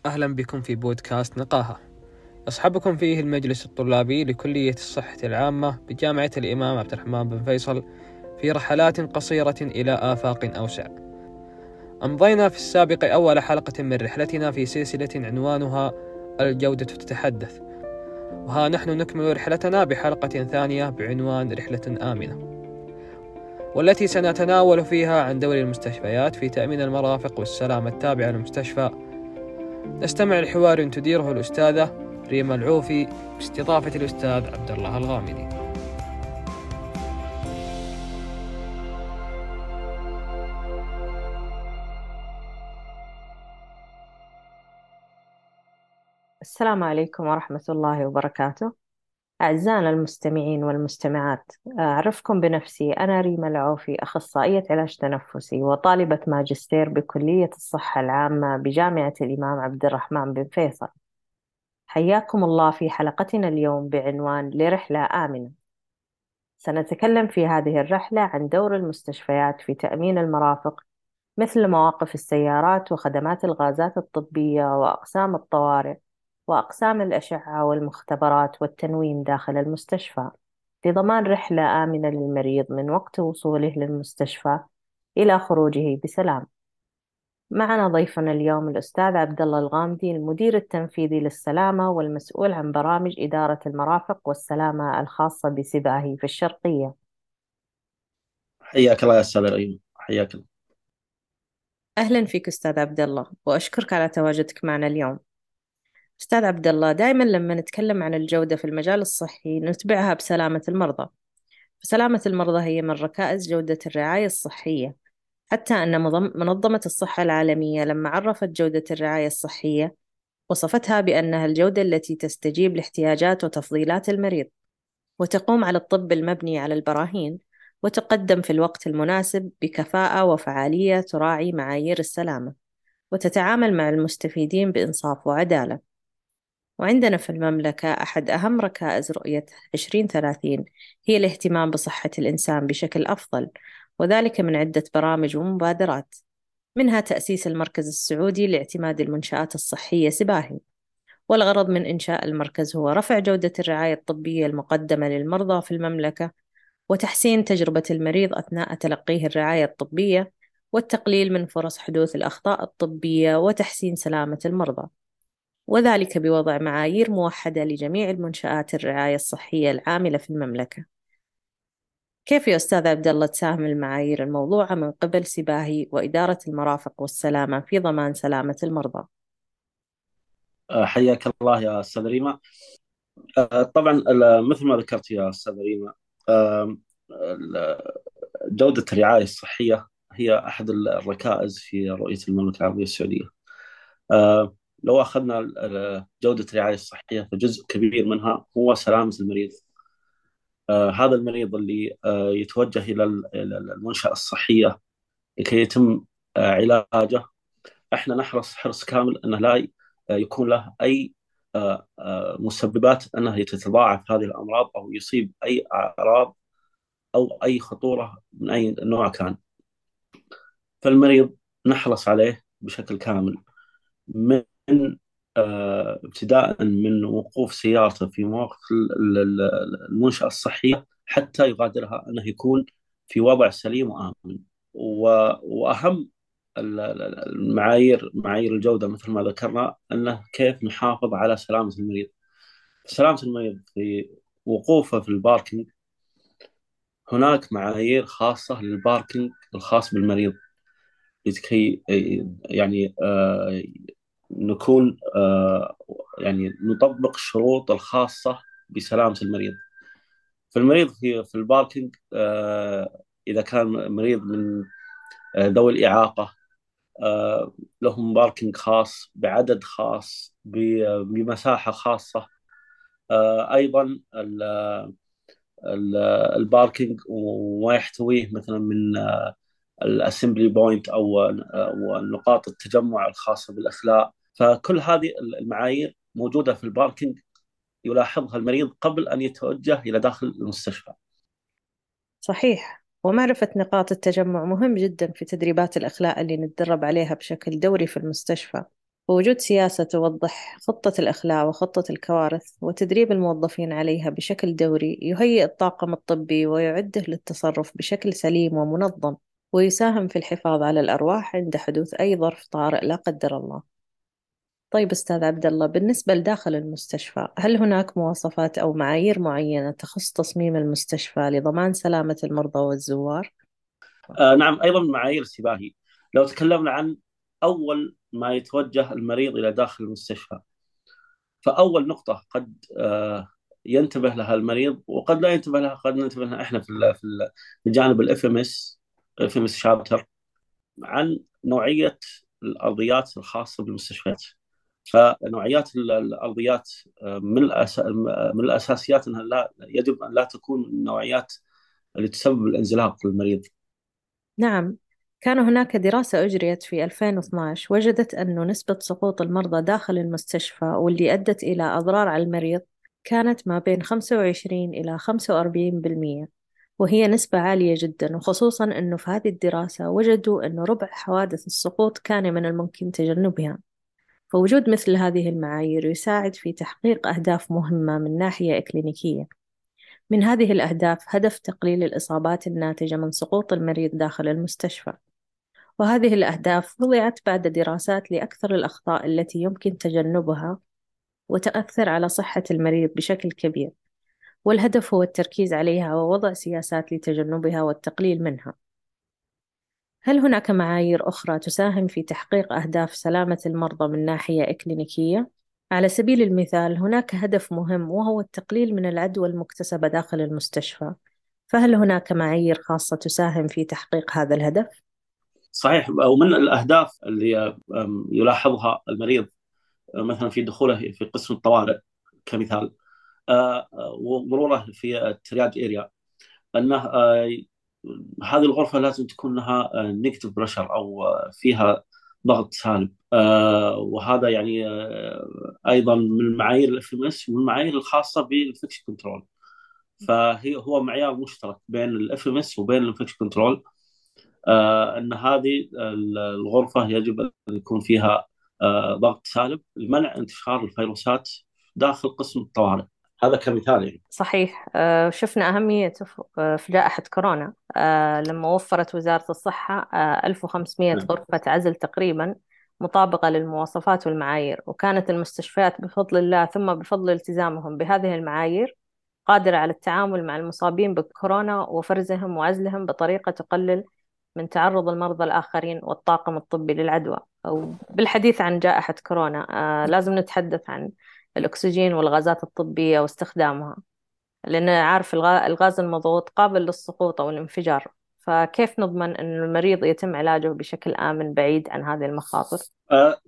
أهلا بكم في بودكاست نقاهة، أصحبكم فيه المجلس الطلابي لكلية الصحة العامة بجامعة الإمام عبد الرحمن بن فيصل في رحلات قصيرة إلى آفاق أوسع. أمضينا في السابق أول حلقة من رحلتنا في سلسلة عنوانها الجودة تتحدث، وها نحن نكمل رحلتنا بحلقة ثانية بعنوان رحلة آمنة، والتي سنتناول فيها عن دور المستشفيات في تأمين المرافق والسلامة التابعة للمستشفى. نستمع لحوار تديره الأستاذة ريما العوفي باستضافة الأستاذ عبد الله الغامدي. السلام عليكم ورحمة الله وبركاته. أعزائنا المستمعين والمستمعات، أعرفكم بنفسي. أنا ريما العوفي، أخصائية علاج تنفسي وطالبة ماجستير بكلية الصحة العامة بجامعة الإمام عبد الرحمن بن فيصل. حياكم الله في حلقتنا اليوم بعنوان لرحلة آمنة. سنتكلم في هذه الرحلة عن دور المستشفيات في تأمين المرافق، مثل مواقف السيارات وخدمات الغازات الطبية وأقسام الطوارئ وأقسام الأشعة والمختبرات والتنويم داخل المستشفى، لضمان رحلة آمنة للمريض من وقت وصوله للمستشفى إلى خروجه بسلام. معنا ضيفنا اليوم الأستاذ عبد الله الغامدي، المدير التنفيذي للسلامة والمسؤول عن برامج إدارة المرافق والسلامة الخاصة بسباهي في الشرقية. حياك الله يا أستاذ ريم، حياك الله. أهلا فيك أستاذ عبد الله، وأشكرك على تواجدك معنا اليوم. أستاذ عبد الله، دائما لما نتكلم عن الجودة في المجال الصحي نتبعها بسلامة المرضى، فسلامة المرضى هي من ركائز جودة الرعاية الصحية، حتى أن منظمة الصحة العالمية لما عرفت جودة الرعاية الصحية وصفتها بأنها الجودة التي تستجيب لاحتياجات وتفضيلات المريض، وتقوم على الطب المبني على البراهين، وتقدم في الوقت المناسب بكفاءة وفعالية تراعي معايير السلامة، وتتعامل مع المستفيدين بإنصاف وعدالة. وعندنا في المملكة أحد أهم ركائز رؤية 2030 هي الاهتمام بصحة الإنسان بشكل أفضل، وذلك من عدة برامج ومبادرات، منها تأسيس المركز السعودي لاعتماد المنشآت الصحية سباهي. والغرض من إنشاء المركز هو رفع جودة الرعاية الطبية المقدمة للمرضى في المملكة، وتحسين تجربة المريض أثناء تلقيه الرعاية الطبية، والتقليل من فرص حدوث الأخطاء الطبية، وتحسين سلامة المرضى، وذلك بوضع معايير موحدة لجميع المنشآت الرعاية الصحية العاملة في المملكة. كيف يا أستاذ عبد الله تساهم المعايير الموضوعة من قبل سباهي وإدارة المرافق والسلامة في ضمان سلامة المرضى؟ حياك الله يا أستاذ ريما. طبعا مثل ما ذكرت يا أستاذ ريما، جودة الرعاية الصحية هي أحد الركائز في رؤية المملكة العربية السعودية. لو أخذنا جودة الرعاية الصحية فجزء كبير منها هو سلامة المريض. هذا المريض اللي يتوجه إلى المنشأة الصحية لكي يتم علاجه، احنا نحرص حرص كامل انه لا يكون له اي مسببات انه تتضاعف هذه الامراض او يصيب اي اعراض او اي خطوره من اي نوع كان. فالمريض نحرص عليه بشكل كامل، من ابتداء من وقوف سيارته في مواقف المنشأة الصحية حتى يغادرها انه يكون في وضع سليم وآمن. واهم معايير الجودة مثل ما ذكرنا أنه كيف نحافظ على سلامة المريض. سلامة المريض في وقوفه في الباركينج، هناك معايير خاصة للباركينج الخاص بالمريض لكي يعني نكون يعني نطبق الشروط الخاصة بسلامة المريض. فالمريض في الباركينج، إذا كان مريض من ذوي الإعاقة، لهم باركينج خاص بعدد خاص بمساحة خاصة. أيضا الباركينج وما يحتويه مثلا من الاسمبلي بوينت أو نقاط التجمع الخاصة بالأخلاء. فكل هذه المعايير موجودة في الباركينج يلاحظها المريض قبل أن يتوجه إلى داخل المستشفى. صحيح، ومعرفة نقاط التجمع مهم جدا في تدريبات الأخلاء اللي نتدرب عليها بشكل دوري في المستشفى. ووجود سياسة توضح خطة الإخلاء وخطة الكوارث وتدريب الموظفين عليها بشكل دوري يهيئ الطاقم الطبي ويعده للتصرف بشكل سليم ومنظم، ويساهم في الحفاظ على الأرواح عند حدوث أي ظرف طارئ لا قدر الله. طيب أستاذ عبد الله، بالنسبة لداخل المستشفى، هل هناك مواصفات أو معايير معينة تخص تصميم المستشفى لضمان سلامة المرضى والزوار؟ نعم، أيضا معايير السباهي. لو تكلمنا عن أول ما يتوجه المريض إلى داخل المستشفى، فأول نقطة قد ينتبه لها المريض وقد لا ينتبه لها، قد ننتبه لها إحنا في جانب الاف ام اس، اف ام اس شابتر، عن نوعية الأرضيات الخاصة بالمستشفيات. فنوعيات الأرضيات من الأساسيات أنها لا يجب أن لا تكون من النوعيات اللي تسبب الانزلاق للمريض. نعم، كان هناك دراسة أجريت في 2012 وجدت أن نسبة سقوط المرضى داخل المستشفى واللي أدت إلى أضرار على المريض كانت ما بين 25 إلى 45%، وهي نسبة عالية جدا، وخصوصا أنه في هذه الدراسة وجدوا أنه ربع حوادث السقوط كان من الممكن تجنبها. فوجود مثل هذه المعايير يساعد في تحقيق أهداف مهمة من ناحية إكلينيكية. من هذه الأهداف هدف تقليل الإصابات الناتجة من سقوط المريض داخل المستشفى، وهذه الأهداف وضعت بعد دراسات لأكثر الأخطاء التي يمكن تجنبها وتؤثر على صحة المريض بشكل كبير، والهدف هو التركيز عليها ووضع سياسات لتجنبها والتقليل منها. هل هناك معايير أخرى تساهم في تحقيق أهداف سلامة المرضى من ناحية إكلينيكية؟ على سبيل المثال، هناك هدف مهم وهو التقليل من العدوى المكتسبة داخل المستشفى، فهل هناك معايير خاصة تساهم في تحقيق هذا الهدف؟ صحيح، ومن الأهداف اللي يلاحظها المريض مثلا في دخوله في قسم الطوارئ كمثال، ومروره في الترياج اريا، انه هذه الغرفه لازم تكون لها نيجاتيف بريشر او فيها ضغط سالب. وهذا يعني ايضا من المعايير الاف ام اس ومن المعايير الخاصه بالانفكشن كنترول. هو معيار مشترك بين الاف ام اس وبين الانفكشن كنترول، ان هذه الغرفه يجب ان يكون فيها ضغط سالب لمنع انتشار الفيروسات داخل قسم الطوارئ. هذا كمثال يعني. صحيح. شفنا أهميته في جائحة كورونا، لما وفرت وزارة الصحة 1500 نعم. غرفة عزل تقريبا مطابقة للمواصفات والمعايير، وكانت المستشفيات بفضل الله ثم بفضل التزامهم بهذه المعايير قادرة على التعامل مع المصابين بكورونا وفرزهم وعزلهم بطريقة تقلل من تعرض المرضى الآخرين والطاقم الطبي للعدوى. أو بالحديث عن جائحة كورونا، لازم نتحدث عن الأكسجين والغازات الطبية واستخدامها، لأن عارف الغاز المضغوط قابل للسقوط أو الانفجار، فكيف نضمن أن المريض يتم علاجه بشكل آمن بعيد عن هذه المخاطر؟ آه،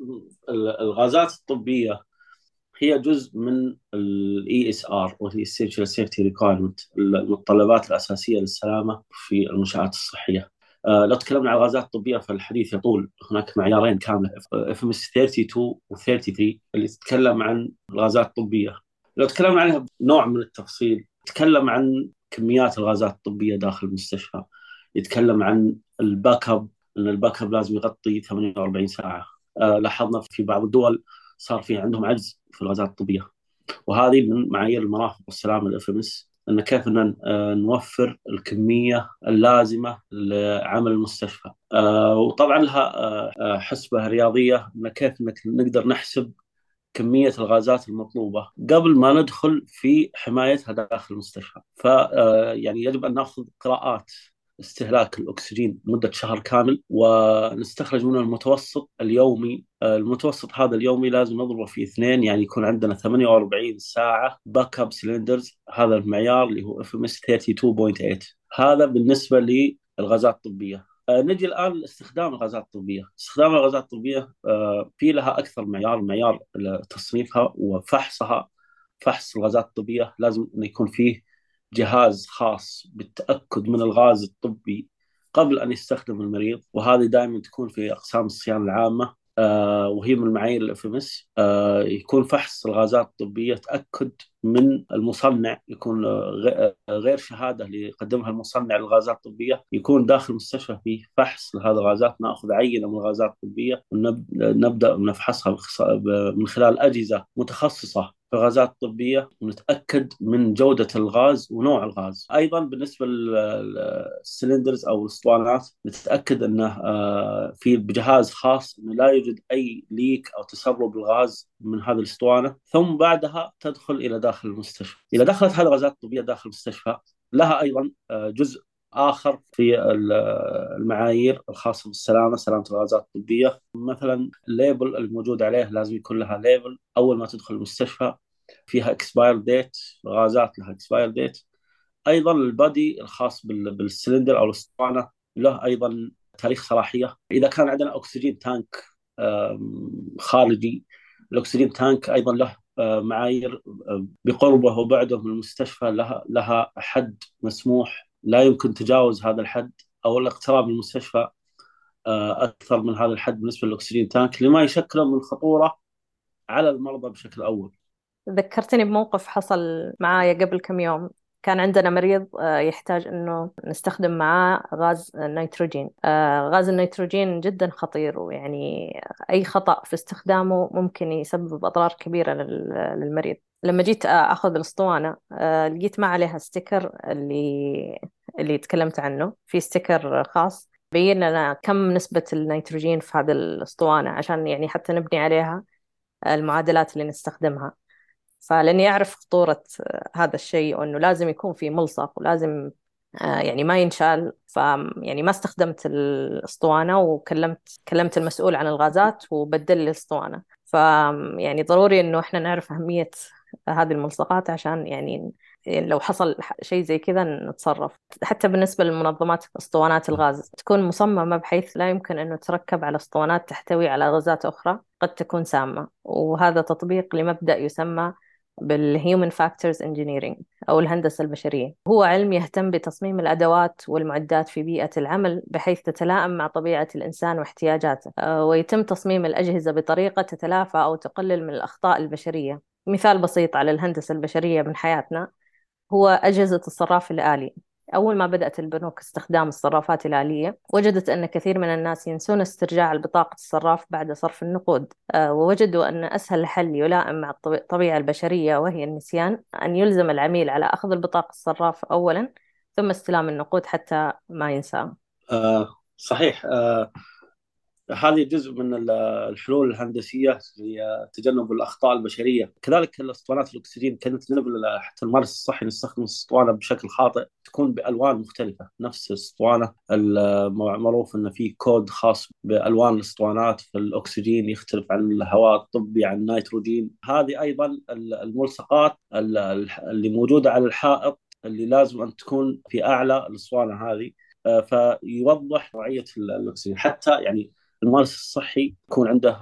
الغازات الطبيه هي جزء من الاي اس ار وهي Essential Safety Requirement، المتطلبات الاساسيه للسلامه في المنشات الصحيه. لو تكلمنا عن الغازات الطبيه فالحديث يطول. هناك معيارين كامله، اف ام اس 32 و 33 اللي تتكلم عن الغازات الطبيه. لو تكلمنا عنها بنوع من التفصيل، يتكلم عن كميات الغازات الطبيه داخل المستشفى، يتكلم عن الباك اب، ان الباك اب لازم يغطي 48 ساعه. لاحظنا في بعض الدول صار في عندهم عجز في الغازات الطبيه، وهذه من معايير المرافق والسلامه الاف ام اس، ان كيف ان نوفر الكميه اللازمه لعمل المستشفى. وطبعا لها حسبه رياضيه، ان كيف انك نقدر نحسب كميه الغازات المطلوبه قبل ما ندخل في حمايتها داخل المستشفى. ف يعني يجب ان ناخذ قراءات استهلاك الأكسجين لمدة شهر كامل، ونستخرج منه المتوسط اليومي. المتوسط هذا اليومي لازم نضربه في اثنين، يعني يكون عندنا 48 ساعة باك اب سلندرز. هذا المعيار اللي هو اف ام اس 32.8. هذا بالنسبة للغازات الطبية. نجي الآن لاستخدام الغازات الطبية. استخدام الغازات الطبية في لها أكثر معيار تصنيفها وفحصها. فحص الغازات الطبية لازم أن يكون فيه جهاز خاص بالتأكد من الغاز الطبي قبل أن يستخدم المريض، وهذه دائما تكون في أقسام الصيانة العامة. وهي من المعايير الاف ام اس. يكون فحص الغازات الطبيه، تاكد من المصنع، يكون غير شهاده اللي يقدمها المصنع للغازات الطبيه، يكون داخل المستشفى فيه فحص لهذه الغازات. ناخذ عينه من الغازات الطبيه ونبدا نفحصها من خلال اجهزه متخصصه في الغازات الطبيه، ونتاكد من جوده الغاز ونوع الغاز. ايضا بالنسبه للسلندرز او الاسطوانات، نتاكد انه في بجهاز خاص انه لا يوجد اي ليك او تسرب الغاز من هذه الاسطوانه. ثم بعدها تدخل الى داخل المستشفى. اذا دخلت هذه الغازات الطبيه داخل المستشفى، لها ايضا جزء آخر في المعايير الخاصة بالسلامة، سلامة الغازات الطبية. مثلا الليبل الموجود عليه لازم يكون لها ليبل أول ما تدخل المستشفى، فيها اكسباير ديت، الغازات لها اكسباير ديت. أيضا البادي الخاص بالسلندر أو الأسطوانة له أيضا تاريخ صلاحية. إذا كان عندنا أكسجين تانك خارجي، الأكسجين تانك أيضا له معايير بقربه وبعده من المستشفى، لها حد مسموح، لا يمكن تجاوز هذا الحد أو الاقتراب من المستشفى أكثر من هذا الحد بالنسبة للأكسجين تانك، لما يشكله من خطورة على المرضى بشكل أول. ذكرتني بموقف حصل معايا قبل كم يوم. كان عندنا مريض يحتاج إنه نستخدم معاه غاز النيتروجين. غاز النيتروجين جدا خطير، ويعني أي خطأ في استخدامه ممكن يسبب أضرار كبيرة للمريض. لما جيت أخذ الأسطوانة، لقيت ما عليها ستيكر اللي تكلمت عنه. في ستيكر خاص بين لنا كم نسبة النيتروجين في هذه الأسطوانة، عشان يعني حتى نبني عليها المعادلات اللي نستخدمها. فلاني اعرف خطورة هذا الشيء، وانه لازم يكون في ملصق، ولازم يعني ما ينشال. يعني ما استخدمت الاسطوانة، كلمت المسؤول عن الغازات وبدل لي الاسطوانة. يعني ضروري انه احنا نعرف اهمية هذه الملصقات، عشان يعني لو حصل شيء زي كذا نتصرف. حتى بالنسبة للمنظمات، اسطوانات الغاز تكون مصممة بحيث لا يمكن أنه تركب على اسطوانات تحتوي على غازات أخرى قد تكون سامة. وهذا تطبيق لمبدأ يسمى بالهيومن فاكتورز انجينيرينج أو الهندسة البشرية. هو علم يهتم بتصميم الأدوات والمعدات في بيئة العمل بحيث تتلائم مع طبيعة الإنسان واحتياجاته، ويتم تصميم الأجهزة بطريقة تتلافى أو تقلل من الأخطاء البشرية. مثال بسيط على الهندسة البشرية من حياتنا هو أجهزة الصراف الآلي. أول ما بدأت البنوك استخدام الصرافات الآلية، وجدت أن كثير من الناس ينسون استرجاع بطاقة الصراف بعد صرف النقود. ووجدوا أن أسهل حل يلائم مع الطبيعة البشرية وهي النسيان، أن يلزم العميل على أخذ البطاقة الصراف أولا، ثم استلام النقود حتى ما ينسى. صحيح. هذه جزء من الحلول الهندسيه لتجنب الاخطاء البشريه. كذلك الاسطوانات الاكسجين كانت تجنب حتى الممارس الصحي نستخدم الاسطوانه بشكل خاطئ، تكون بالوان مختلفه. نفس الاسطوانه معروف ان في كود خاص بالوان الاسطوانات، فالاكسجين يختلف عن الهواء الطبي عن النيتروجين. هذه ايضا الملصقات اللي موجوده على الحائط اللي لازم ان تكون في اعلى الاسطوانه هذه، فيوضح نوعيه الاكسجين، حتى يعني الممارس الصحي يكون عنده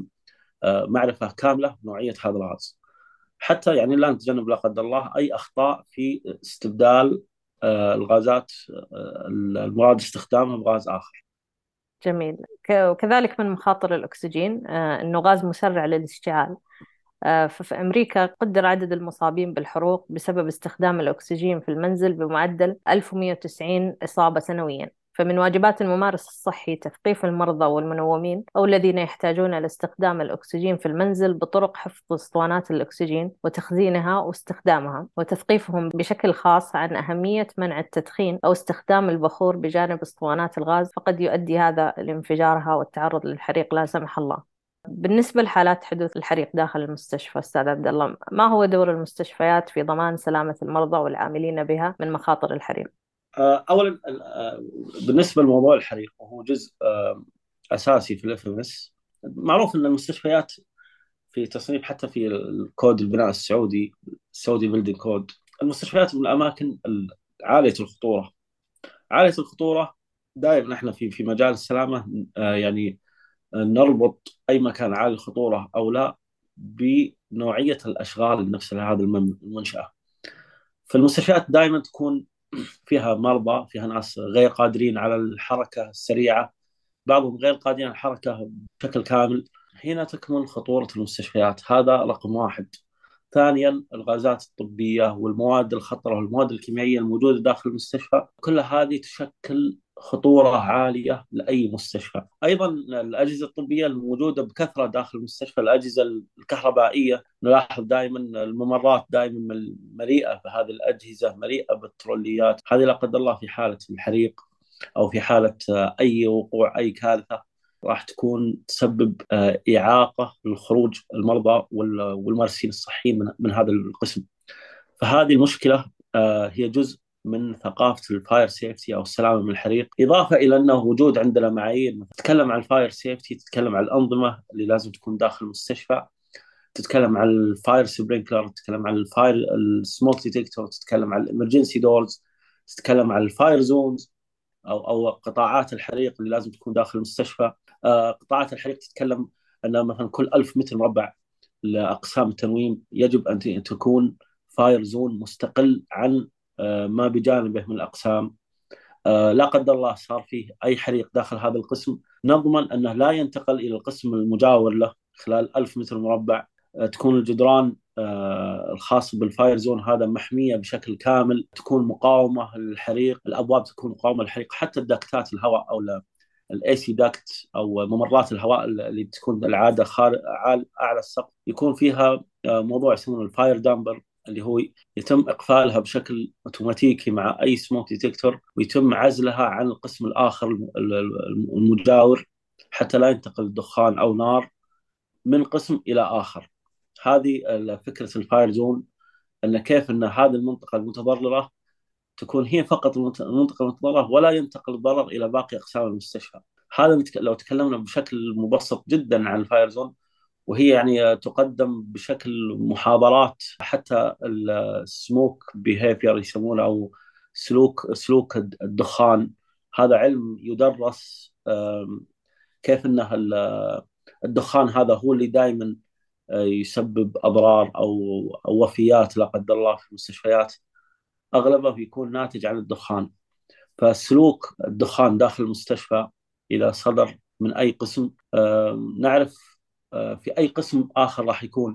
معرفة كاملة بنوعية هذا الغاز، حتى يعني لا نتجنب لا قدر الله أي أخطاء في استبدال الغازات المراد استخدامها بغاز آخر. جميل. وكذلك من مخاطر الأكسجين أنه غاز مسرع للاشتعال. ففي أمريكا قدر عدد المصابين بالحروق بسبب استخدام الأكسجين في المنزل بمعدل 1190 إصابة سنويا. فمن واجبات الممارس الصحي تثقيف المرضى والمنومين أو الذين يحتاجون لاستخدام الأكسجين في المنزل بطرق حفظ اسطوانات الأكسجين وتخزينها واستخدامها، وتثقيفهم بشكل خاص عن أهمية منع التدخين أو استخدام البخور بجانب اسطوانات الغاز، فقد يؤدي هذا لانفجارها والتعرض للحريق لا سمح الله. بالنسبة لحالات حدوث الحريق داخل المستشفى، أستاذ عبد الله، ما هو دور المستشفيات في ضمان سلامة المرضى والعاملين بها من مخاطر الحريق؟ أولا بالنسبة لموضوع الحريق، وهو جزء أساسي في الاف ام اس. معروف أن المستشفيات في تصنيف، حتى في الكود البناء السعودي بيلدينج كود، المستشفيات من الأماكن عالية الخطورة. عالية الخطورة دائما احنا في مجال السلامة يعني نربط أي مكان عالي الخطورة أو لا بنوعية الأشغال نفسها لهذه المنشأة. فالمستشفيات دائما تكون فيها مرضى، فيها ناس غير قادرين على الحركة السريعة بعضهم غير قادرين على الحركة بشكل كامل. هنا تكمن خطورة المستشفيات، هذا رقم واحد. ثانيا، الغازات الطبية والمواد الخطرة والمواد الكيميائية الموجودة داخل المستشفى، كل هذه تشكل خطورة عالية لأي مستشفى. أيضا الأجهزة الطبية الموجودة بكثرة داخل المستشفى، الأجهزة الكهربائية، نلاحظ دائما الممرات دائما مليئة بهذه الأجهزة، مليئة بالبتروليات. هذه لا قدر الله في حالة الحريق أو في حالة أي وقوع أي كارثة راح تكون تسبب إعاقة للخروج المرضى والممارسين الصحيين من هذا القسم. فهذه المشكلة هي جزء من ثقافة الفاير سيفتي أو السلامة من الحريق، إضافة إلى أنه وجود عندنا معايير تتكلم عن الفاير سيفتي، تتكلم عن الأنظمة اللي لازم تكون داخل المستشفى، تتكلم عن الفاير سبرينكلر، تتكلم عن الفاير السموك ديتكتور، تتكلم عن الامرجنسي دورز، تتكلم عن الفاير زونز او قطاعات الحريق اللي لازم تكون داخل المستشفى. قطاعات الحريق تتكلم ان مثلا كل 1000 متر مربع لاقسام التنويم يجب ان تكون فاير زون مستقل عن ما بجانبه من الاقسام. لا قدر الله صار فيه اي حريق داخل هذا القسم، نضمن انه لا ينتقل الى القسم المجاور له خلال 1000 متر مربع. تكون الجدران الخاصة بالفاير زون هذا محمية بشكل كامل، تكون مقاومة للحريق، الأبواب تكون مقاومة للحريق، حتى الدكتات الهواء أو الاي سي داكت أو ممرات الهواء اللي تكون العادة أعلى السقف يكون فيها موضوع يسمونه الفاير دامبر، اللي هو يتم إقفالها بشكل أوتوماتيكي مع أي سموك ديتكتور، ويتم عزلها عن القسم الآخر المجاور حتى لا ينتقل الدخان أو نار من قسم إلى آخر. هذه فكرة الفاير زون، أن كيف أن هذه المنطقة المتضررة تكون هي فقط المنطقة المتضررة ولا ينتقل الضرر إلى باقي أقسام المستشفى. هذا لو تكلمنا بشكل مبسط جدا عن الفاير زون، وهي يعني تقدم بشكل محاضرات، حتى السموك بيهيفير يسمونه أو سلوك الدخان. هذا علم يدرس كيف أن الدخان هذا هو اللي دائما يسبب أضرار أو وفيات لا قدر الله في المستشفيات، أغلبه يكون ناتج عن الدخان. فسلوك الدخان داخل المستشفى إذا صدر من أي قسم، نعرف في أي قسم آخر راح يكون،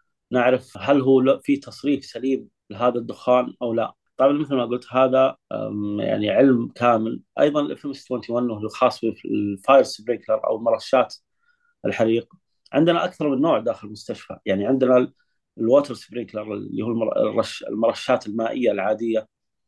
نعرف هل هو في تصريف سليم لهذا الدخان أو لا. طبعا مثل ما قلت هذا يعني علم كامل. أيضا الاف ام اس 21 وهو الخاص بالفاير سبرينكلر أو مرشات الحريق، عندنا اكثر من نوع داخل المستشفى. يعني عندنا الووتر سبرينكلر اللي هو المرشات المائيه العاديه،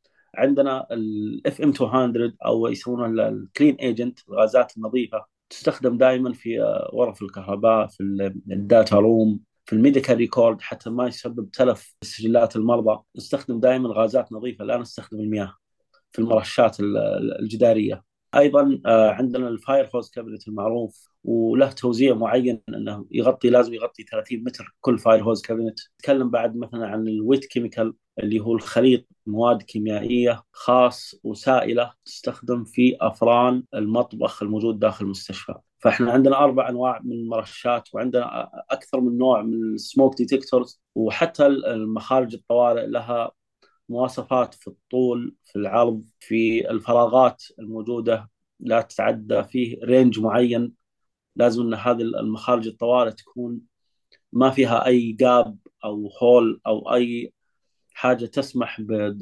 عندنا الاف ام 200 او يسمونها الكلين ايجنت، الغازات النظيفه، تستخدم دائما في غرف الكهرباء، في الداتا روم، في الميديكال ريكورد، حتى ما يسبب تلف سجلات المرضى. نستخدم دائما غازات نظيفه، لا نستخدم المياه في المرشات الجداريه. ايضا عندنا الفاير هوز كابينت المعروف، وله توزيع معين انه لازم يغطي 30 متر كل فاير هوز كابينت. نتكلم بعد مثلا عن الويت كيميكال اللي هو الخليط مواد كيميائيه خاص وسائله تستخدم في افران المطبخ الموجود داخل المستشفى. فاحنا عندنا 4 انواع من المرشات، وعندنا اكثر من نوع من السموك ديتكتورز، وحتى المخارج الطوارئ لها مواصفات في الطول، في العرض، في الفراغات الموجودة، لا تتعدى فيه رينج معين. لازم أن هذه المخارج الطوارئ تكون ما فيها أي جاب أو هول أو أي حاجة تسمح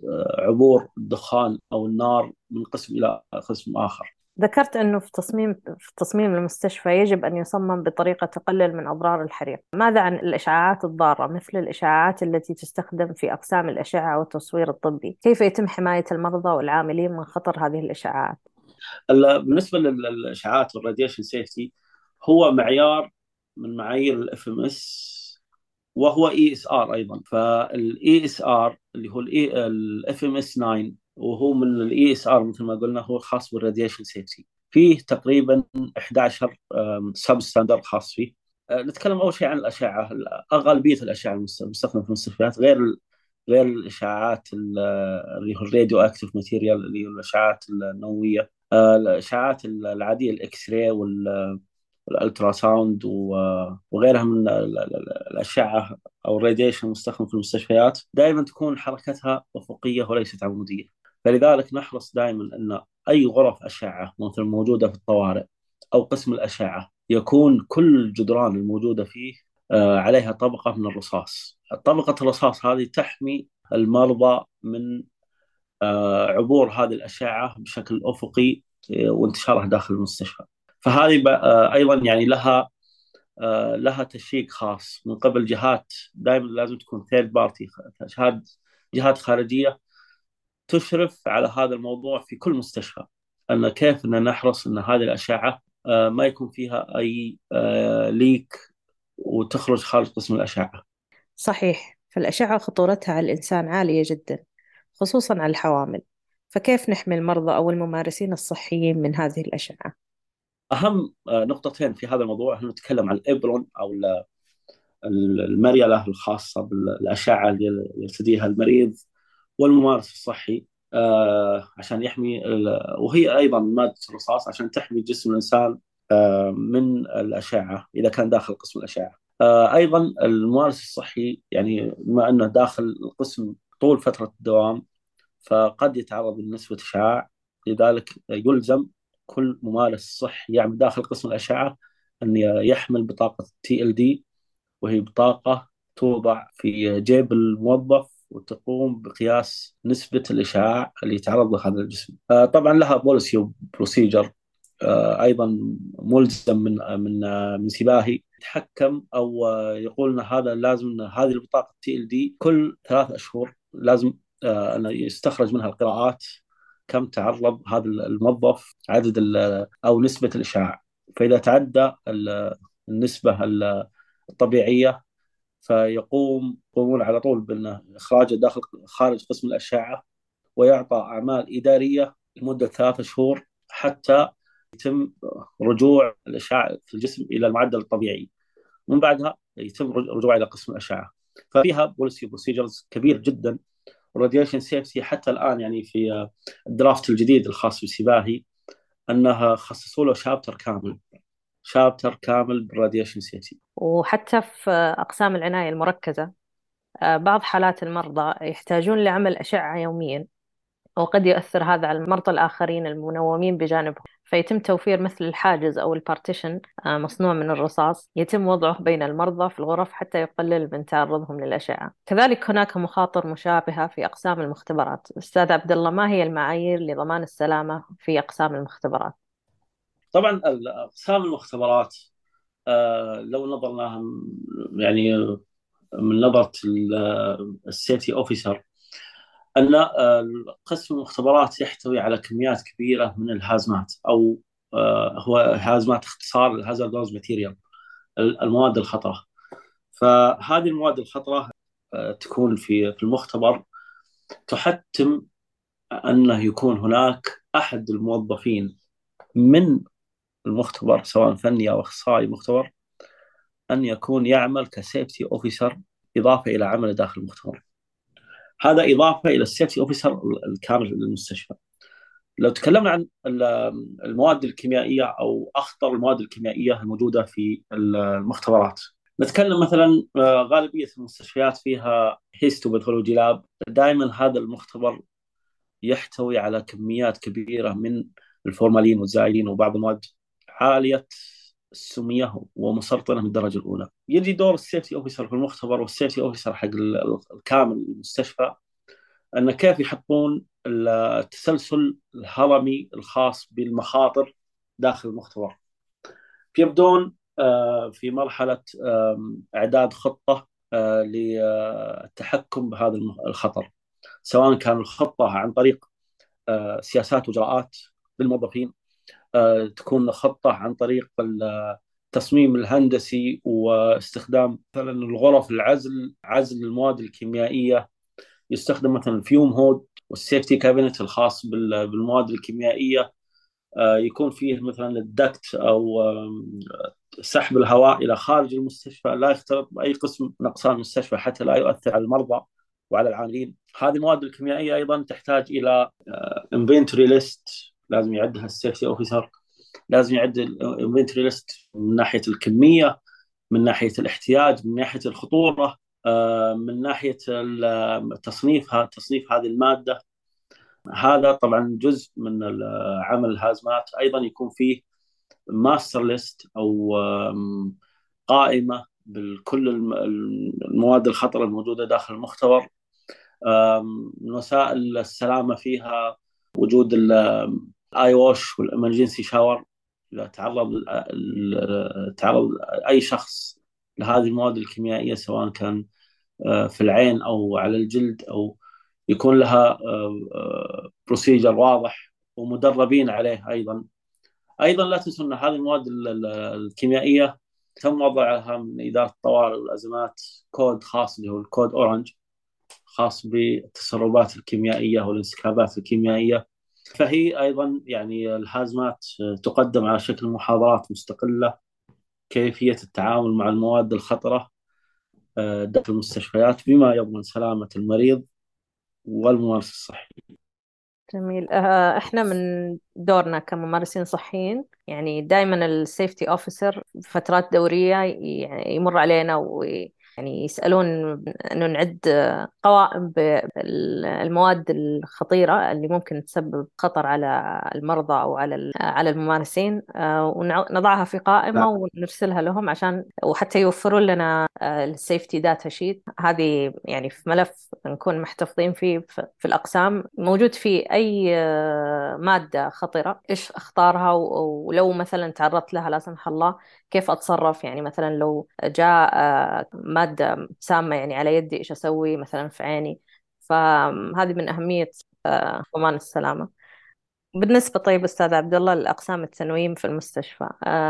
بعبور الدخان أو النار من قسم إلى قسم آخر. ذكرت أنه في تصميم المستشفى يجب أن يصمم بطريقة تقلل من أضرار الحريق. ماذا عن الإشعاعات الضارة مثل الإشعاعات التي تستخدم في أقسام الأشعة والتصوير الطبي؟ كيف يتم حماية المرضى والعاملين من خطر هذه الإشعاعات؟ بالنسبة للإشعاعات والراديشن سيفتي، هو معيار من معايير الاف ام اس، وهو اي اس ار ايضا. فالاي اس ار اللي هو الاف ام اس 9، وهو من الاي اس ار مثل ما قلنا هو خاص بالراديشن سيفتي. فيه تقريبا 11 سب ستاندرد خاص فيه. نتكلم اول شيء عن الاشعه. غالبيه الاشعه المستخدمه في المستشفيات غير الاشعاعات اللي هو الراديو اكتيف ماتيريال، اللي هي الاشعاعات النوويه. الاشعاعات العاديه الاكس راي والالترا ساوند وغيرها من الاشعه او الراديشن المستخدم في المستشفيات، دائما تكون حركتها افقيه وليست عموديه. فلذلك نحرص دائما ان اي غرف اشعه مثل موجوده في الطوارئ أو قسم الأشعة يكون كل الجدران الموجودة فيه عليها طبقة من الرصاص. طبقة الرصاص هذه تحمي المرضى من عبور هذه الأشعة بشكل أفقي وانتشارها داخل المستشفى. فهذه أيضا يعني لها تشيك خاص من قبل جهات، دائما لازم تكون ثيرد بارتي، جهات خارجية تشرف على هذا الموضوع في كل مستشفى، أن كيف أن نحرص أن هذه الأشعة ما يكون فيها أي ليك وتخرج خارج قسم الأشعة. صحيح، فالأشعة خطورتها على الإنسان عالية جدا، خصوصا على الحوامل. فكيف نحمي المرضى أو الممارسين الصحيين من هذه الأشعة؟ أهم نقطتين في هذا الموضوع، احنا نتكلم عن الإبرون أو المريلة الخاصة بالأشعة اللي يرتديها المريض والممارس الصحي عشان يحمي وهي أيضا مادة الرصاص عشان تحمي جسم الإنسان من الأشعة إذا كان داخل قسم الأشعة. أيضا الممارس الصحي يعني بما أنه داخل القسم طول فترة الدوام فقد يتعرض لنسبة إشعاع، لذلك يلزم كل ممارس صحي يعمل داخل قسم الأشعة أن يحمل بطاقة TLD، وهي بطاقة توضع في جيب الموظف وتقوم بقياس نسبة الإشعاع اللي يتعرض له هذا الجسم. طبعا لها بوليسي وبروسيجر أيضا ملزم من سباهي يتحكم أو يقول أن هذا لازم أن هذه البطاقة TLD كل 3 أشهر لازم أن يستخرج منها القراءات كم تعرض هذا الموظف عدد أو نسبة الإشعاع. فإذا تعدى النسبة الطبيعية يقومون على طول بإخراجه خارج قسم الأشعة، ويعطى أعمال إدارية لمدة 3 شهور حتى يتم رجوع الإشعاع في الجسم إلى المعدل الطبيعي. ومن بعدها يتم رجوعه إلى قسم الأشعة. ففيها بوليسي بروسيجرز كبير جدا. والراديشن سيفتي حتى الآن يعني في الدرافت الجديد الخاص بالسباهي أنها خصصوا له شابتر كامل بالراديشن سيفتي. وحتى في أقسام العناية المركزة، بعض حالات المرضى يحتاجون لعمل أشعة يوميا، وقد يؤثر هذا على المرضى الآخرين المنومين بجانبهم، فيتم توفير مثل الحاجز أو البارتيشن مصنوع من الرصاص يتم وضعه بين المرضى في الغرف حتى يقلل من تعرضهم للأشعة. كذلك هناك مخاطر مشابهة في أقسام المختبرات. أستاذ عبد الله، ما هي المعايير لضمان السلامة في أقسام المختبرات؟ طبعا أقسام المختبرات لو نظرناها يعني من نظرة السيفتي أوفيسر، أن قسم المختبرات يحتوي على كميات كبيرة من الهازمات أو هو هازمات اختصار الهازاردوز ماتيريال، المواد الخطرة. فهذه المواد الخطرة تكون في المختبر، تحتم أنه يكون هناك أحد الموظفين من المختبر سواء فني أو أخصائي مختبر أن يكون يعمل كسيفتي أوفيسر إضافة إلى عمله داخل المختبر. هذا إضافة إلى السيفتي أوفيسر الكامل للمستشفى. لو تكلمنا عن المواد الكيميائية أو أخطر المواد الكيميائية الموجودة في المختبرات، نتكلم مثلا غالبية المستشفيات فيها هيستوباثولوجي لاب. دائما هذا المختبر يحتوي على كميات كبيرة من الفورمالين والزائلين وبعض المواد عالية السمية ومسرطنة من الدرجة الأولى. يجي دور السيفتي أوفيسر في المختبر والسيفتي أوفيسر حق الكامل المستشفى أن كيف يحطون التسلسل الهرمي الخاص بالمخاطر داخل المختبر. يبدون في مرحلة إعداد خطة للتحكم بهذا الخطر، سواء كان الخطة عن طريق سياسات وإجراءات للموظفين، تكون خطة عن طريق التصميم الهندسي واستخدام مثلا الغرف عزل المواد الكيميائية، يستخدم مثلا الفيوم هود والسيفتي كابينت الخاص بالمواد الكيميائية، يكون فيه مثلا الدكت أو سحب الهواء إلى خارج المستشفى، لا يختلط بأي قسم من أقسام المستشفى حتى لا يؤثر على المرضى وعلى العاملين. هذه المواد الكيميائية أيضا تحتاج إلى انفنتوري ليست لازم يعدها السيفتي أوفيسر، لازم يعد الانفنتوري ليست من ناحية الكمية، من ناحية الاحتياج، من ناحية الخطورة، من ناحية تصنيف هذه المادة. هذا طبعا جزء من عمل الهازمات. أيضا يكون فيه ماستر ليست أو قائمة بكل المواد الخطرة الموجودة داخل المختبر. من وسائل السلامة فيها وجود الاي ووش والامرجنسي شاور. اذا تعرض اي شخص لهذه المواد الكيميائيه، سواء كان في العين او على الجلد، او يكون لها بروسيجر واضح ومدربين عليه. ايضا لا تنسوا ان هذه المواد الكيميائيه تم وضعها من اداره الطوارئ والازمات كود خاص اللي هو الكود اورنج، خاص بالتسربات الكيميائيه والانسكابات الكيميائيه. فهي ايضا يعني الهازمات تقدم على شكل محاضرات مستقله، كيفيه التعامل مع المواد الخطره داخل المستشفيات بما يضمن سلامه المريض والممارس الصحي. جميل. احنا من دورنا كممارسين صحيين يعني دائما السيفتي اوفيسر فترات دورية يعني يمر علينا يعني يسألون انه نعد قوائم بالمواد الخطيرة اللي ممكن تسبب خطر على المرضى او على الممارسين، ونضعها في قائمة ونرسلها لهم عشان وحتى يوفروا لنا السيفتي داتا شيت. هذه يعني في ملف نكون محتفظين فيه في الأقسام، موجود فيه أي مادة خطرة إيش أختارها، ولو مثلا تعرضت لها لا سمح الله كيف أتصرف. يعني مثلا لو جاء مادة سامة يعني على يدي إيش أسوي مثلا في عيني. فهذه من أهمية ضمان السلامة. بالنسبة طيب أستاذ عبد الله لأقسام التنويم في المستشفى،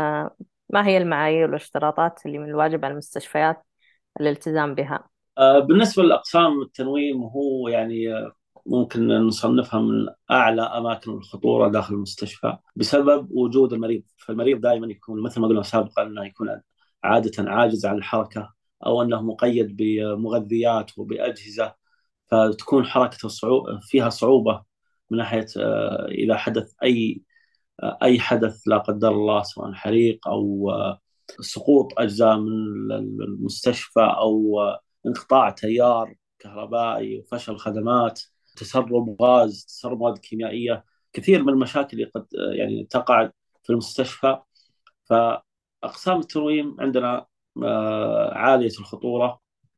ما هي المعايير والاشتراطات اللي من الواجب على المستشفيات الالتزام بها؟ بالنسبه لاقسام التنويم، هو يعني ممكن نصنفها من اعلى اماكن الخطوره داخل المستشفى بسبب وجود المريض. فالمريض دائما يكون مثل ما قلنا سابقا انه يكون عاده عاجز عن الحركه، او انه مقيد بمغذيات وباجهزه، فتكون حركته فيها صعوبه من ناحيه اذا حدث اي حدث لا قدر الله، سواء حريق او سقوط اجزاء من المستشفى، او انقطاع تيار كهربائي وفشل خدمات، تسرب غاز، تسرب مواد كيميائيه. كثير من المشاكل اللي قد يعني تقع في المستشفى. فاقسام التنويم عندنا عاليه الخطوره.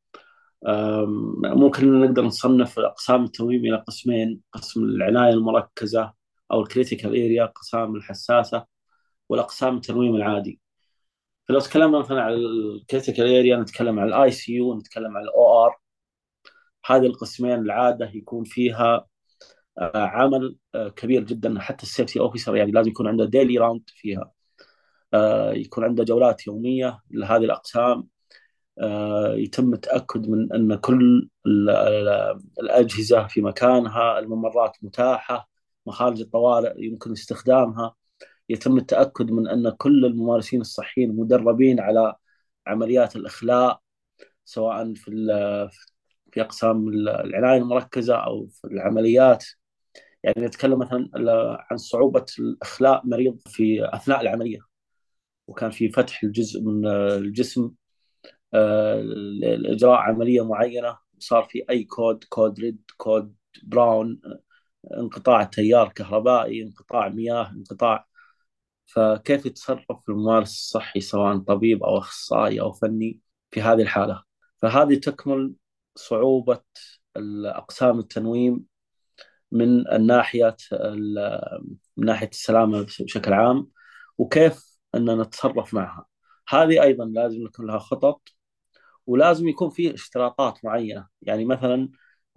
ممكن نقدر نصنف اقسام التنويم الى قسمين: قسم العنايه المركزه او الكريتيكال اريا، اقسام الحساسه، والاقسام التنويم العادي. فلو تكلمنا مثلا عن الكريتيكال اريا، نتكلم عن الاي سي يو، نتكلم عن الاو ار. هذه القسمين العاده يكون فيها عمل كبير جدا. حتى السيفتي اوفيسر يعني لازم يكون عنده ديلي راوند فيها، يكون عنده جولات يوميه لهذه الاقسام. يتم التاكد من ان كل الاجهزه في مكانها، الممرات متاحه، مخارج الطوارئ يمكن استخدامها. يتم التاكد من ان كل الممارسين الصحيين مدربين على عمليات الاخلاء، سواء في اقسام العنايه المركزه او في العمليات. يعني نتكلم مثلا عن صعوبه الاخلاء مريض في اثناء العمليه، وكان في فتح الجزء من الجسم لاجراء عمليه معينه، صار في اي كود ريد، كود براون، انقطاع تيار كهربائي، انقطاع مياه، انقطاع. فكيف يتصرف الممارس الصحي سواء طبيب او اخصائي او فني في هذه الحاله؟ فهذه تكمل صعوبه اقسام التنويم من من ناحيه السلامه بشكل عام، وكيف ان نتصرف معها. هذه ايضا لازم يكون لها خطط، ولازم يكون فيه اشتراطات معينه. يعني مثلا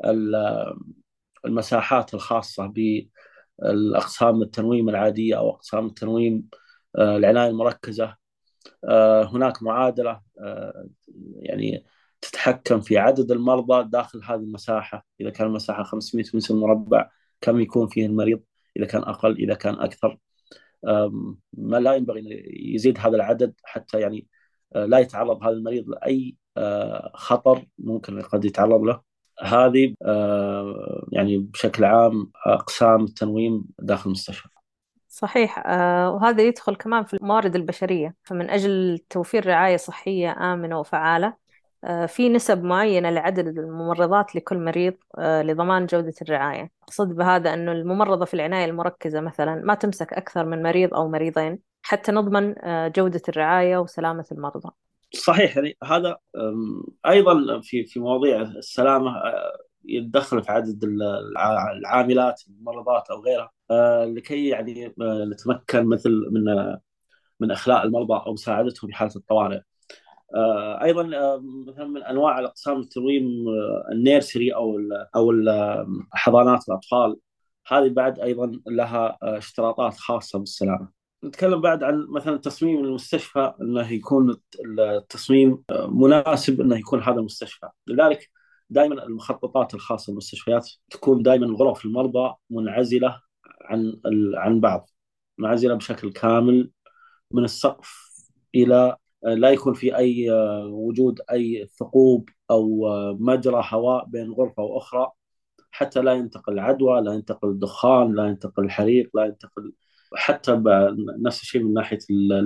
المساحات الخاصه بالاقسام التنويم العاديه او اقسام التنويم العنايه المركزه، هناك معادله يعني تتحكم في عدد المرضى داخل هذه المساحه. اذا كان المساحه 500 متر مربع، كم يكون فيه المريض؟ اذا كان اقل، اذا كان اكثر. ما لا ينبغي أن يزيد هذا العدد، حتى يعني لا يتعرض هذا المريض لأي خطر ممكن قد يتعرض له. هذه يعني بشكل عام أقسام التنويم داخل المستشفى. صحيح. وهذا يدخل كمان في الموارد البشرية. فمن أجل توفير رعاية صحية آمنة وفعالة، في نسب معينة لعدد الممرضات لكل مريض لضمان جودة الرعاية. أقصد بهذا أنه الممرضة في العناية المركزة مثلا ما تمسك أكثر من مريض أو مريضين، حتى نضمن جودة الرعاية وسلامة المرضى. صحيح. يعني هذا ايضا في مواضيع السلامه يتدخل في عدد العاملات الممرضات او غيرها، لكي يعني نتمكن مثل من اخلاء المرضى او مساعدتهم في حاله الطوارئ. ايضا مثلا من انواع الاقسام التنويم النيرسري حضانات الاطفال، هذه بعد ايضا لها اشتراطات خاصه بالسلامه. نتكلم بعد عن مثلا تصميم المستشفى، انه يكون التصميم مناسب، انه يكون هذا المستشفى. لذلك دائما المخططات الخاصه بالمستشفيات تكون دائما غرف المرضى منعزله عن بعض، منعزله بشكل كامل من السقف الى لا يكون في اي وجود اي ثقوب او مجرى هواء بين غرفه واخرى، حتى لا ينتقل العدوى، لا ينتقل الدخان، لا ينتقل الحريق، لا ينتقل حتى نفس الشيء من ناحيه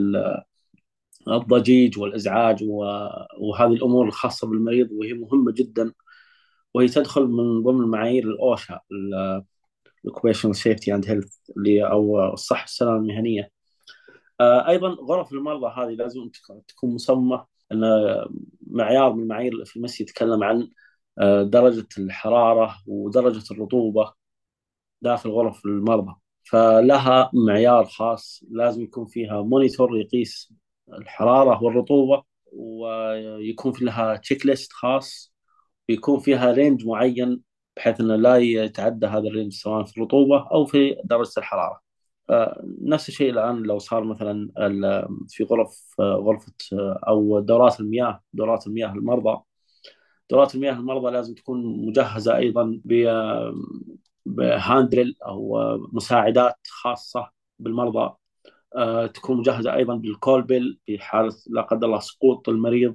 الضجيج والازعاج وهذه الامور الخاصه بالمريض، وهي مهمه جدا، وهي تدخل من ضمن معايير الاوشا، الاوكيبيشنال سيفتي اند هيلث، او الصحه والسلامه المهنيه. ايضا غرف المرضى هذه لازم تكون مصممه ان معيار من معايير الاف ام اس يتكلم عن درجه الحراره ودرجه الرطوبه داخل غرف المرضى، فلها معيار خاص، لازم يكون فيها مونيتور يقيس الحراره والرطوبه، ويكون في لها تشيك ليست خاص، ويكون فيها رينج معين بحيث انه لا يتعدى هذا الرينج سواء في الرطوبه او في درجه الحراره. نفس الشيء الآن لو صار مثلا في غرفة أو دورات المياه المرضى، دورات المياه المرضى لازم تكون مجهزة أيضا بهاندرل أو مساعدات خاصة بالمرضى، تكون مجهزة أيضا بالكول بيل في حالة لا قدر الله سقوط المريض.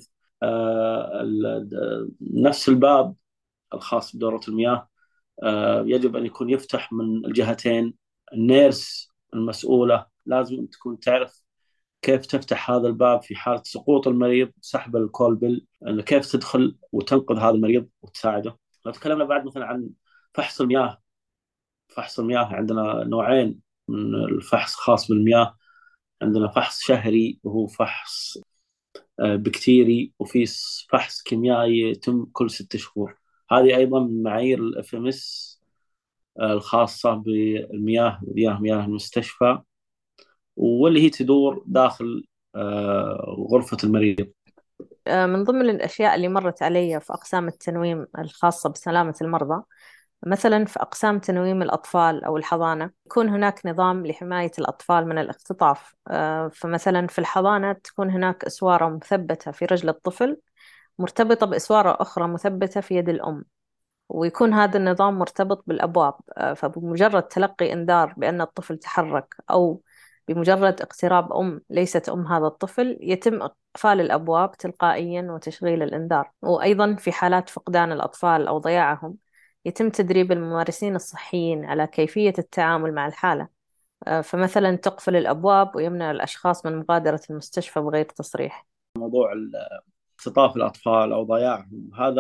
نفس الباب الخاص بدورة المياه يجب أن يكون يفتح من الجهتين. النيرس المسؤولة لازم تكون تعرف كيف تفتح هذا الباب في حالة سقوط المريض، سحب الكولبل، أنه كيف تدخل وتنقذ هذا المريض وتساعده. لو تكلمنا بعد مثلا عن فحص المياه، فحص المياه عندنا نوعين من الفحص خاص بالمياه. عندنا فحص شهري وهو فحص بكتيري، وفي فحص كيميائي يتم كل 6 شهور. هذه أيضا من معايير الاف ام اس الخاصة بالمياه، مياه المستشفى، واللي هي تدور داخل غرفة المريض. من ضمن الأشياء اللي مرت علي في أقسام التنويم الخاصة بسلامة المرضى، مثلا في أقسام تنويم الأطفال أو الحضانة يكون هناك نظام لحماية الأطفال من الاختطاف. فمثلا في الحضانة تكون هناك إسوارة مثبتة في رجل الطفل مرتبطة بإسوارة أخرى مثبتة في يد الأم، ويكون هذا النظام مرتبط بالأبواب. فبمجرد تلقي إنذار بأن الطفل تحرك، أو بمجرد اقتراب أم ليست أم هذا الطفل، يتم إقفال الأبواب تلقائيا وتشغيل الإنذار. وأيضا في حالات فقدان الأطفال أو ضياعهم يتم تدريب الممارسين الصحيين على كيفية التعامل مع الحالة. فمثلا تقفل الأبواب ويمنع الأشخاص من مغادرة المستشفى بغير تصريح. موضوع اختطاف الأطفال أو ضياعهم، هذا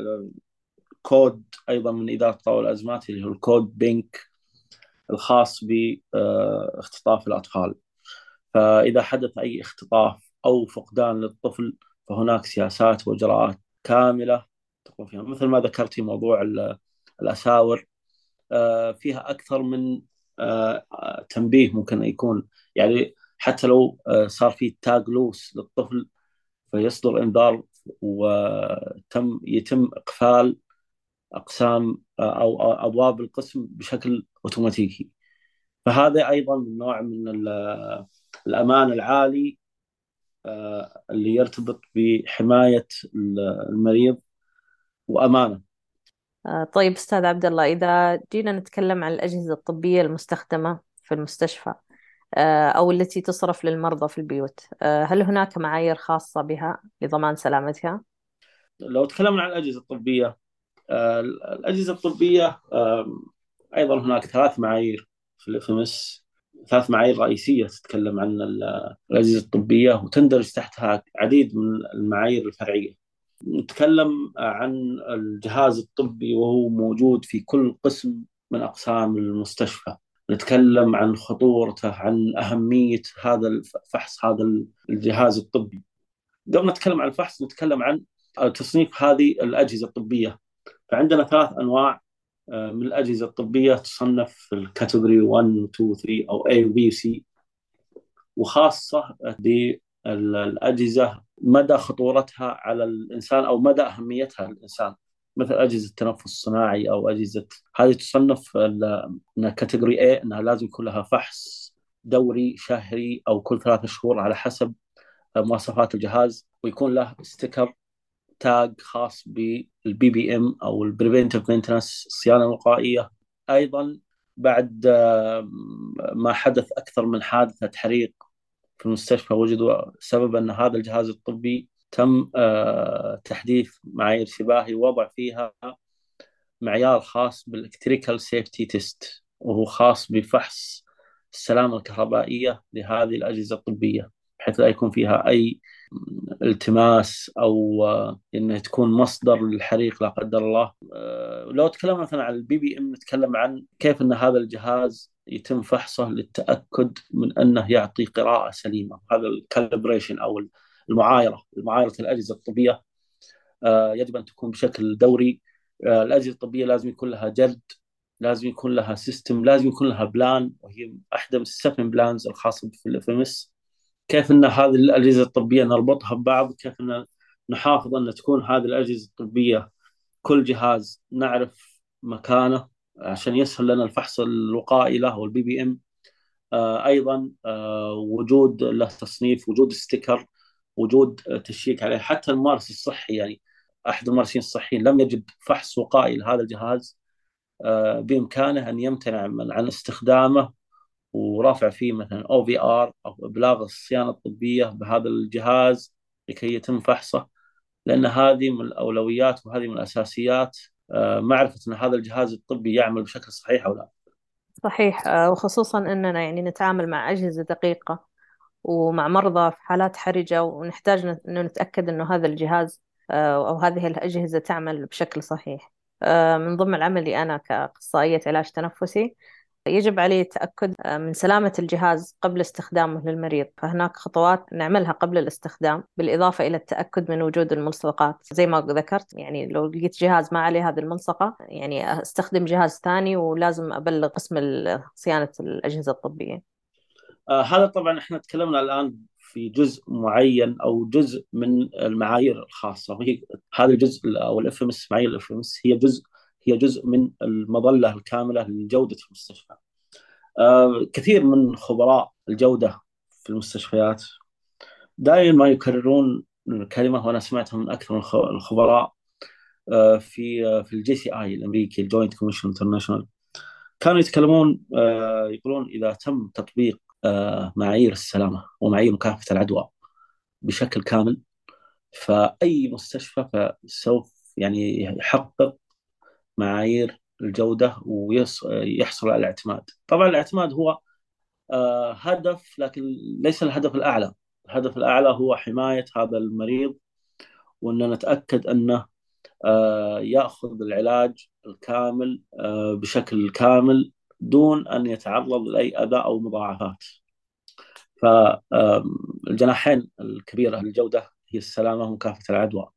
الكود أيضا من إدارة تطور الأزمات، اللي هو الكود بينك الخاص باختطاف الأطفال. فإذا حدث أي اختطاف أو فقدان للطفل، فهناك سياسات وإجراءات كاملة تقوم فيها، مثل ما ذكرتي موضوع الأساور. فيها أكثر من تنبيه ممكن يكون، يعني حتى لو صار في تاج لوس للطفل فيصدر إنذار يتم إقفال أقسام أو أبواب القسم بشكل أوتوماتيكي. فهذا أيضا من نوع من الأمان العالي اللي يرتبط بحماية المريض وأمانه. طيب أستاذ عبد الله، إذا جينا نتكلم عن الأجهزة الطبية المستخدمة في المستشفى أو التي تصرف للمرضى في البيوت، هل هناك معايير خاصة بها لضمان سلامتها؟ لو تكلمنا عن الأجهزة الطبية، الأجهزة الطبية أيضا هناك 3 معايير في الاف ام اس، 3 معايير رئيسية تتكلم عن الأجهزة الطبية، وتندرج تحتها عديد من المعايير الفرعية. نتكلم عن الجهاز الطبي وهو موجود في كل قسم من أقسام المستشفى. نتكلم عن خطورته، عن أهمية هذا الفحص، هذا الجهاز الطبي. قبل ما نتكلم عن الفحص نتكلم عن تصنيف هذه الأجهزة الطبية. فعندنا 3 أنواع من الأجهزة الطبية تصنف في الكاتيجوري 1 2 3 أو A و B و C، وخاصة بالأجهزة مدى خطورتها على الإنسان أو مدى أهميتها للإنسان، مثل أجهزة التنفس الصناعي أو أجهزة هذه تصنف أنها كاتيجوري A، أنها لازم يكون لها فحص دوري شهري أو كل 3 شهور على حسب مواصفات الجهاز، ويكون له ستيكر تاج خاص بالBPM أو البريفنتيف مينتنس، الصيانة الوقائية. أيضا بعد ما حدث أكثر من حادثة حريق في المستشفى وجدوا سبب أن هذا الجهاز الطبي تم تحديث معايير شباهي ووضع فيها معيار خاص بالإلكتريكال سيفتي تيست، وهو خاص بفحص السلامة الكهربائية لهذه الأجهزة الطبية، بحيث لا يكون فيها أي التماس أو إنها تكون مصدر للحريق لا قدر الله. لو تكلمنا مثلا عن الBPM نتكلم عن كيف أن هذا الجهاز يتم فحصه للتأكد من أنه يعطي قراءة سليمة. هذا الكالبريشن أو المعايرة الأجهزة الطبية يجب أن تكون بشكل دوري. الأجهزة الطبية لازم يكون لها جرد، لازم يكون لها سيستم، لازم يكون لها بلان، وهي أحدى من ال7 بلانز الخاصة في الFMS. كيف أن هذه الأجهزة الطبية نربطها ببعض، كيف أن نحافظ أن تكون هذه الأجهزة الطبية كل جهاز نعرف مكانه عشان يسهل لنا الفحص الوقائي له والBPM. أيضا وجود له تصنيف، وجود ستيكر، وجود تشيك عليه. حتى الممارس الصحي، يعني أحد الممارسين الصحيين لم يجد فحص وقائي لهذا الجهاز بإمكانه أن يمتنع عن استخدامه ورافع فيه مثلا OVR أو إبلاغ الصيانة الطبية بهذا الجهاز لكي يتم فحصه، لأن هذه من الأولويات وهذه من الأساسيات، معرفة أن هذا الجهاز الطبي يعمل بشكل صحيح أو لا. صحيح. وخصوصا أننا يعني نتعامل مع أجهزة دقيقة ومع مرضى في حالات حرجة، ونحتاج أنه نتأكد أنه هذا الجهاز أو هذه الأجهزة تعمل بشكل صحيح. من ضمن عملي أنا كأخصائية علاج تنفسي يجب علي التأكد من سلامة الجهاز قبل استخدامه للمريض، فهناك خطوات نعملها قبل الاستخدام بالإضافة إلى التأكد من وجود الملصقات. زي ما ذكرت، يعني لو لقيت جهاز ما عليه هذه الملصقة يعني استخدم جهاز ثاني، ولازم أبلغ قسم صيانة الأجهزة الطبية. هذا طبعا احنا تكلمنا الآن في جزء معين أو جزء من المعايير الخاصة، وهي هذا الجزء أو الFMS، معايير الFMS هي جزء من المظلة الكاملة لجودة المستشفى. كثير من خبراء الجودة في المستشفيات دائما ما يكررون كلمة، وأنا سمعتها من أكثر من الخبراء في الJCI الأمريكي، الجوينت كوميشن انترناشونال. كانوا يتكلمون يقولون إذا تم تطبيق معايير السلامة ومعايير مكافحة العدوى بشكل كامل، فأي مستشفى فسوف يعني يحقق معايير الجودة ويحصل على الاعتماد. طبعا الاعتماد هو هدف، لكن ليس الهدف الأعلى. الهدف الأعلى هو حماية هذا المريض، وأن نتأكد أنه يأخذ العلاج الكامل بشكل كامل دون أن يتعرض لأي أذى أو مضاعفات. فالجناحين الكبيرة للجودة هي السلامة ومكافحة العدوى.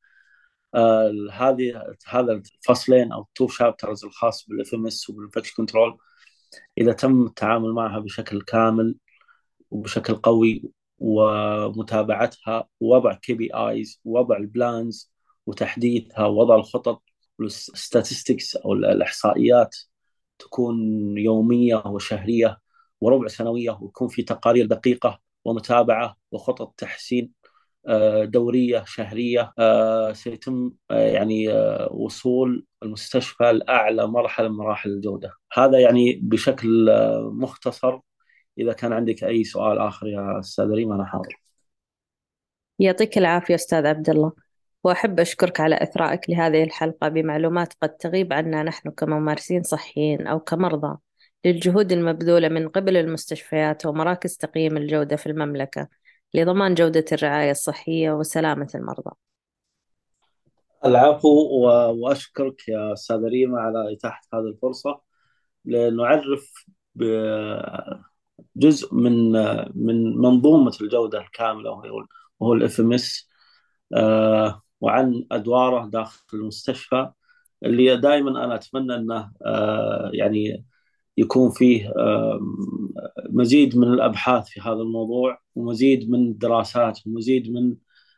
هذا الفصلين أو التو شابترز الخاص بالFMS وبالإنفكشن كنترول، إذا تم التعامل معها بشكل كامل وبشكل قوي ومتابعتها ووضع KPIs ووضع البلانز وتحديثها ووضع الخطط والستاتستكس أو الإحصائيات تكون يومية وشهرية وربع سنوية، ويكون في تقارير دقيقة ومتابعة وخطط تحسين دورية شهرية، سيتم يعني وصول المستشفى لأعلى مرحلة من مراحل الجودة. هذا يعني بشكل مختصر. إذا كان عندك أي سؤال آخر يا أستاذ ريم أنا حاضر. يعطيك العافية أستاذ عبد الله، وأحب أشكرك على إثرائك لهذه الحلقة بمعلومات قد تغيب عنا نحن كممارسين صحيين أو كمرضى، للجهود المبذولة من قبل المستشفيات ومراكز تقييم الجودة في المملكة لضمان جودة الرعاية الصحية وسلامة المرضى. العفو، وأشكرك يا أستاذ ريم على إتاحة هذه الفرصة لنعرف جزء من منظومة الجودة الكاملة، وهو الاف ام اس، وعن أدواره داخل المستشفى، اللي دائما أنا أتمنى أنه يعني يكون فيه مزيد من الأبحاث في هذا الموضوع، ومزيد من الدراسات، ومزيد من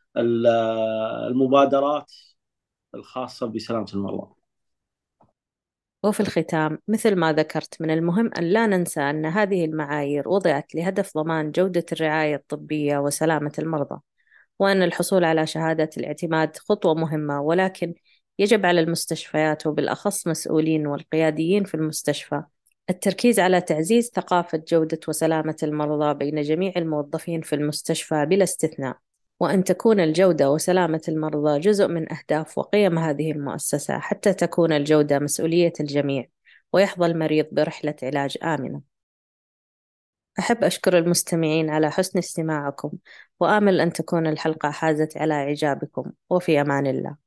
المبادرات الخاصة بسلامة المرضى. وفي الختام، مثل ما ذكرت، من المهم أن لا ننسى أن هذه المعايير وضعت لهدف ضمان جودة الرعاية الطبية وسلامة المرضى، وأن الحصول على شهادة الاعتماد خطوة مهمة، ولكن يجب على المستشفيات وبالأخص مسؤولين والقياديين في المستشفى التركيز على تعزيز ثقافة جودة وسلامة المرضى بين جميع الموظفين في المستشفى بلا استثناء، وأن تكون الجودة وسلامة المرضى جزء من أهداف وقيم هذه المؤسسة حتى تكون الجودة مسؤولية الجميع ويحظى المريض برحلة علاج آمنة. أحب أشكر المستمعين على حسن استماعكم، وآمل أن تكون الحلقة حازت على إعجابكم، وفي أمان الله.